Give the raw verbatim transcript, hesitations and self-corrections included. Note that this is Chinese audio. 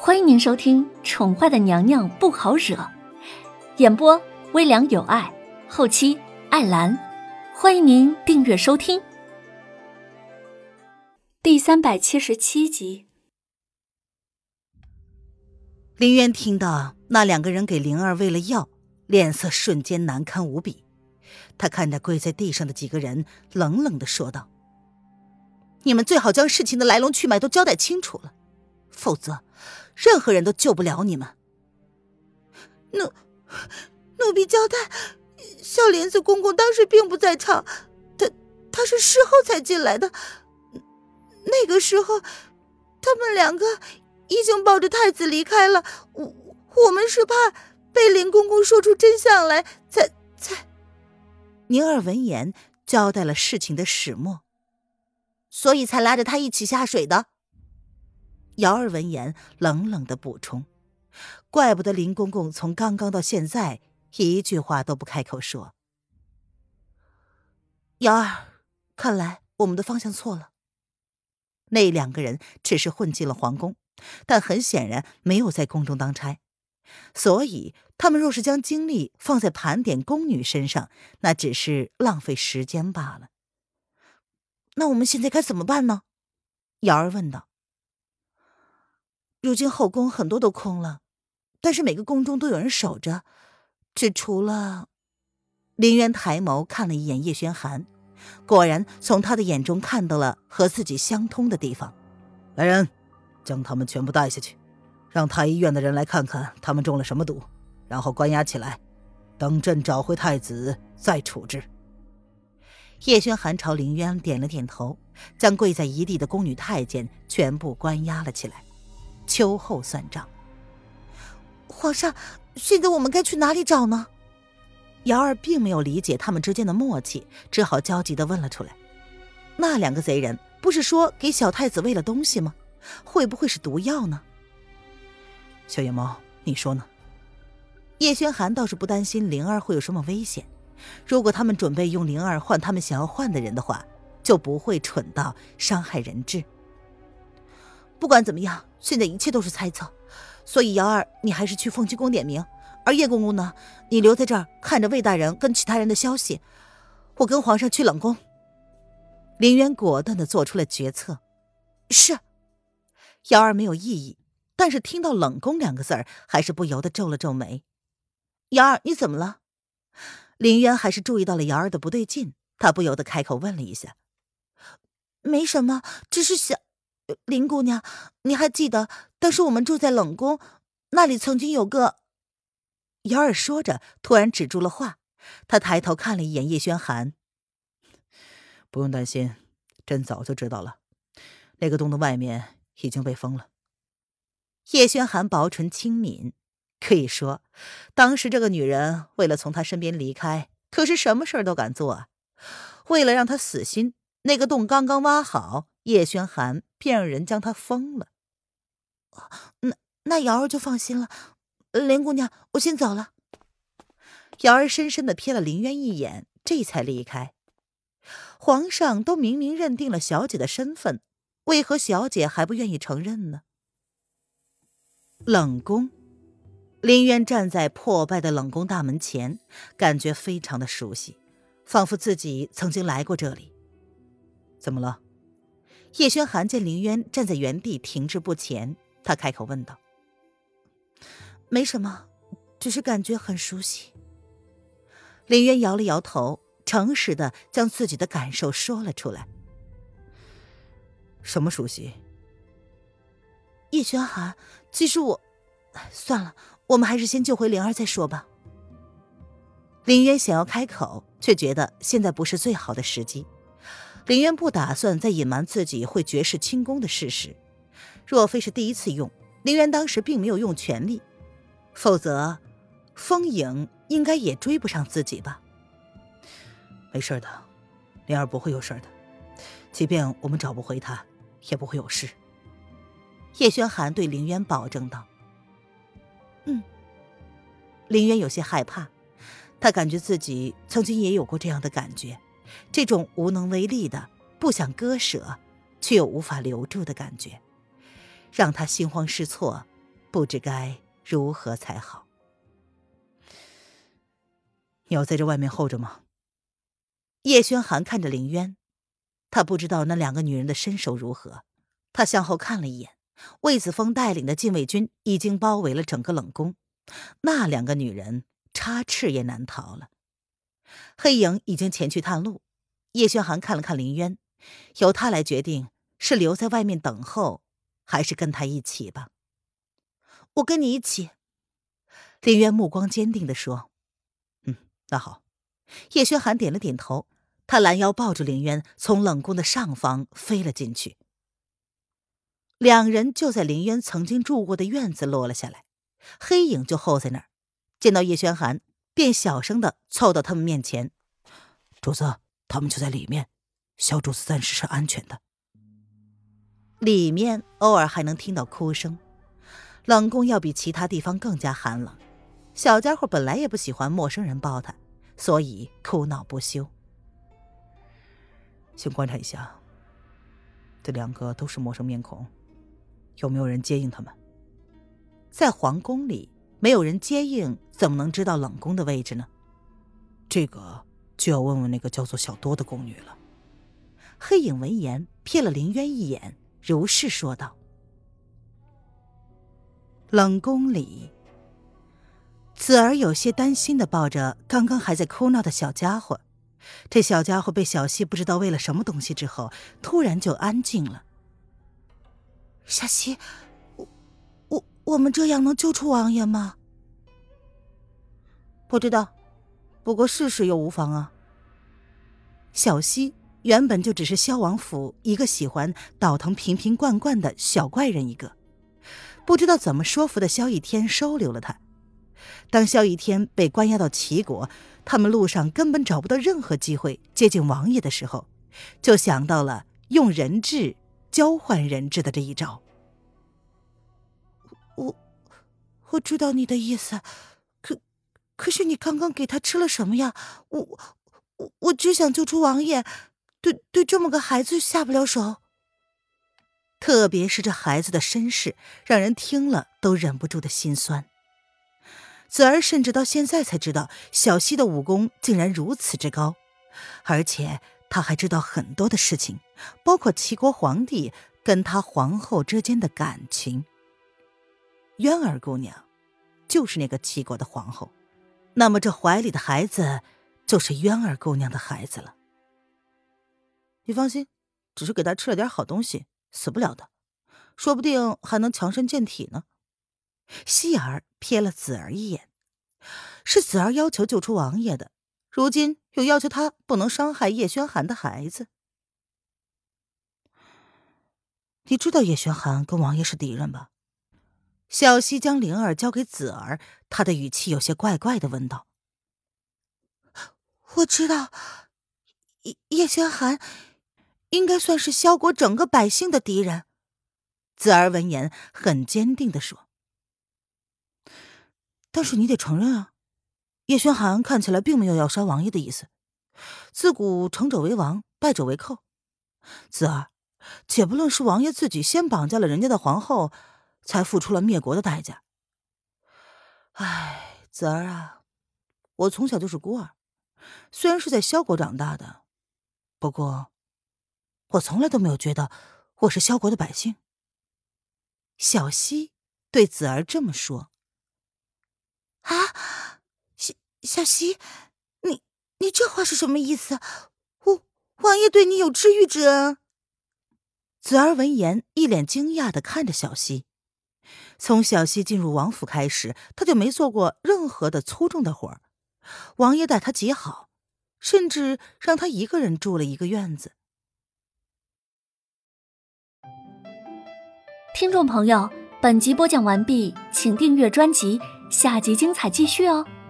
欢迎您收听《宠坏的娘娘不好惹》，演播微凉有爱，后期艾兰。欢迎您订阅收听。第三百七十七集。 林渊听到那两个人给灵儿喂了药，脸色瞬间难堪无比。他看着跪在地上的几个人，冷冷地说道：你们最好将事情的来龙去脉都交代清楚了，否则任何人都救不了你们。 奴奴婢交代，小莲子公公当时并不在场，他他是事后才进来的。那个时候他们两个已经抱着太子离开了，我我们是怕被林公公说出真相来，才才宁儿闻言交代了事情的始末， 所以才拉着他一起下水的。 瑶儿闻言冷冷地补充，怪不得林公公从刚刚到现在一句话都不开口说。瑶儿，看来我们的方向错了。那两个人只是混进了皇宫，但很显然没有在宫中当差，所以他们若是将精力放在盘点宫女身上，那只是浪费时间罢了。 那我们现在该怎么办呢？ 瑶儿问道。如今后宫很多都空了，但是每个宫中都有人守着，只除了……林渊抬眸看了一眼叶轩寒，果然从他的眼中看到了和自己相通的地方。来人，将他们全部带下去，让太医院的人来看看他们中了什么毒，然后关押起来，等朕找回太子再处置。叶轩寒朝林渊点了点头，将跪在一地的宫女太监全部关押了起来，秋后算账。 皇上，现在我们该去哪里找呢？ 瑶儿并没有理解他们之间的默契，只好焦急地问了出来。那两个贼人不是说给小太子喂了东西吗？会不会是毒药呢？小野猫，你说呢？叶轩寒倒是不担心灵儿会有什么危险，如果他们准备用灵儿换他们想要换的人的话，就不会蠢到伤害人质。 不管怎么样，现在一切都是猜测，所以瑶儿你还是去凤栖宫点名，而叶公公呢，你留在这儿看着魏大人跟其他人的消息，我跟皇上去冷宫。 林渊果断地做出了决策。 是。 瑶儿没有异议，但是听到冷宫两个字儿，还是不由得皱了皱眉。 瑶儿你怎么了？ 林渊还是注意到了瑶儿的不对劲，他不由得开口问了一下。 没什么，只是想……林姑娘，你还记得当时我们住在冷宫，那里曾经有个…… 瑶儿说着突然止住了话，他抬头看了一眼叶轩寒。不用担心，朕早就知道了，那个洞的外面已经被封了。叶轩寒薄唇轻抿，可以说当时这个女人为了从他身边离开，可是什么事儿都敢做啊。为了让他死心，那个洞刚刚挖好，叶轩寒便让人将他封了。 那那瑶儿就放心了，林姑娘，我先走了。 瑶儿深深地瞥了林渊一眼，这才离开。皇上都明明认定了小姐的身份，为何小姐还不愿意承认呢？冷宫，林渊站在破败的冷宫大门前，感觉非常的熟悉，仿佛自己曾经来过这里。怎么了？叶轩寒见林渊站在原地停滞不前，他开口问道。 没什么，只是感觉很熟悉。 林渊摇了摇头，诚实的将自己的感受说了出来。什么熟悉？ 叶轩寒，其实我……算了，我们还是先救回灵儿再说吧。 林渊想要开口，却觉得现在不是最好的时机。林渊不打算再隐瞒自己会绝世轻功的事实，若非是第一次用，林渊当时并没有用全力，否则风影应该也追不上自己吧。没事的，灵儿不会有事的，即便我们找不回她，也不会有事。叶轩寒对林渊保证道。 嗯。 林渊有些害怕，他感觉自己曾经也有过这样的感觉，这种无能为力的，不想割舍却又无法留住的感觉，让他心慌失措， 不知该如何才好。你要在这外面候着吗？叶轩寒看着林渊，他不知道那两个女人的身手如何。他向后看了一眼，魏子峰带领的禁卫军已经包围了整个冷宫，那两个女人插翅也难逃了。黑影已经前去探路，叶轩寒看了看林渊，由他来决定是留在外面等候，还是跟他一起吧。 我跟你一起。 林渊目光坚定地说。嗯，那好。叶轩寒点了点头，他拦腰抱住林渊，从冷宫的上方飞了进去。两人就在林渊曾经住过的院子落了下来，黑影就候在那儿，见到叶轩寒便小声地凑到他们面前。主子，他们就在里面，小主子暂时是安全的。里面偶尔还能听到哭声，冷宫要比其他地方更加寒冷，小家伙本来也不喜欢陌生人抱他，所以哭闹不休。先观察一下，这两个都是陌生面孔，有没有人接应他们？在皇宫里没有人接应，怎么能知道冷宫的位置呢？这个就要问问那个叫做小多的宫女了。黑影闻言瞥了林渊一眼，如是说道。冷宫里，子儿有些担心地抱着刚刚还在哭闹的小家伙。这小家伙被小溪不知道喂了什么东西之后，突然就安静了。 小溪，我我我们这样能救出王爷吗？ 不知道，不过试试又无妨啊。小溪原本就只是萧王府一个喜欢倒腾瓶瓶罐罐的小怪人一个，不知道怎么说服的萧逸天收留了他。当萧逸天被关押到齐国，他们路上根本找不到任何机会接近王爷的时候，就想到了用人质交换人质的这一招。 我我知道你的意思，可可是你刚刚给他吃了什么呀？我我我只想救出王爷，对对这么个孩子下不了手。 特别是这孩子的身世，让人听了都忍不住的心酸。子儿甚至到现在才知道小溪的武功竟然如此之高，而且他还知道很多的事情，包括齐国皇帝跟他皇后之间的感情。渊儿姑娘就是那个齐国的皇后，那么这怀里的孩子就是渊儿姑娘的孩子了。你放心，只是给他吃了点好东西，死不了的，说不定还能强身健体呢。希儿瞥了子儿一眼，是子儿要求救出王爷的，如今又要求他不能伤害叶轩寒的孩子。你知道叶轩寒跟王爷是敌人吧？小溪将灵儿交给子儿，他的语气有些怪怪的问道。 我知道，叶轩寒应该算是萧国整个百姓的敌人。 子儿闻言很坚定地说。但是你得承认啊，叶轩寒看起来并没有要杀王爷的意思。自古成者为王，败者为寇。子儿，且不论是王爷自己先绑架了人家的皇后，才付出了灭国的代价。唉，子儿啊，我从小就是孤儿，虽然是在萧国长大的，不过我从来都没有觉得我是萧国的百姓。小溪对子儿这么说。 啊，小小溪，你你这话是什么意思？我王爷对你有知遇之恩。 子儿闻言一脸惊讶地看着小溪。从小溪进入王府开始，他就没做过任何的粗重的活，王爷待他极好，甚至让他一个人住了一个院子。 听众朋友，本集播讲完毕，请订阅专辑，下集精彩继续哦。